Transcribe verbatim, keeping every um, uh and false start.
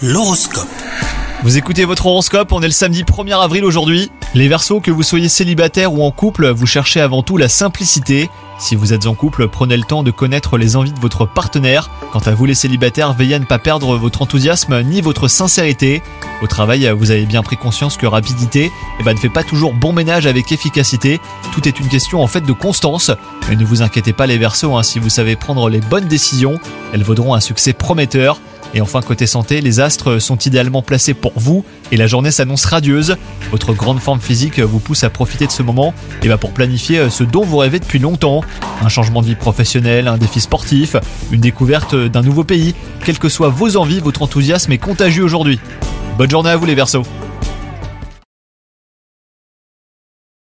L'horoscope. Vous écoutez votre horoscope, on est le samedi premier avril aujourd'hui. Les Verseaux, que vous soyez célibataire ou en couple, vous cherchez avant tout la simplicité. Si vous êtes en couple, prenez le temps de connaître les envies de votre partenaire. Quant à vous les célibataires, veillez à ne pas perdre votre enthousiasme ni votre sincérité. Au travail, vous avez bien pris conscience que rapidité eh ben, ne fait pas toujours bon ménage avec efficacité. Tout est une question en fait de constance. Mais ne vous inquiétez pas les Verseaux, hein, si vous savez prendre les bonnes décisions, elles vaudront un succès prometteur. Et enfin, côté santé, les astres sont idéalement placés pour vous et la journée s'annonce radieuse. Votre grande forme physique vous pousse à profiter de ce moment et bah pour planifier ce dont vous rêvez depuis longtemps. Un changement de vie professionnelle, un défi sportif, une découverte d'un nouveau pays. Quelles que soient vos envies, votre enthousiasme est contagieux aujourd'hui. Bonne journée à vous les Verseaux.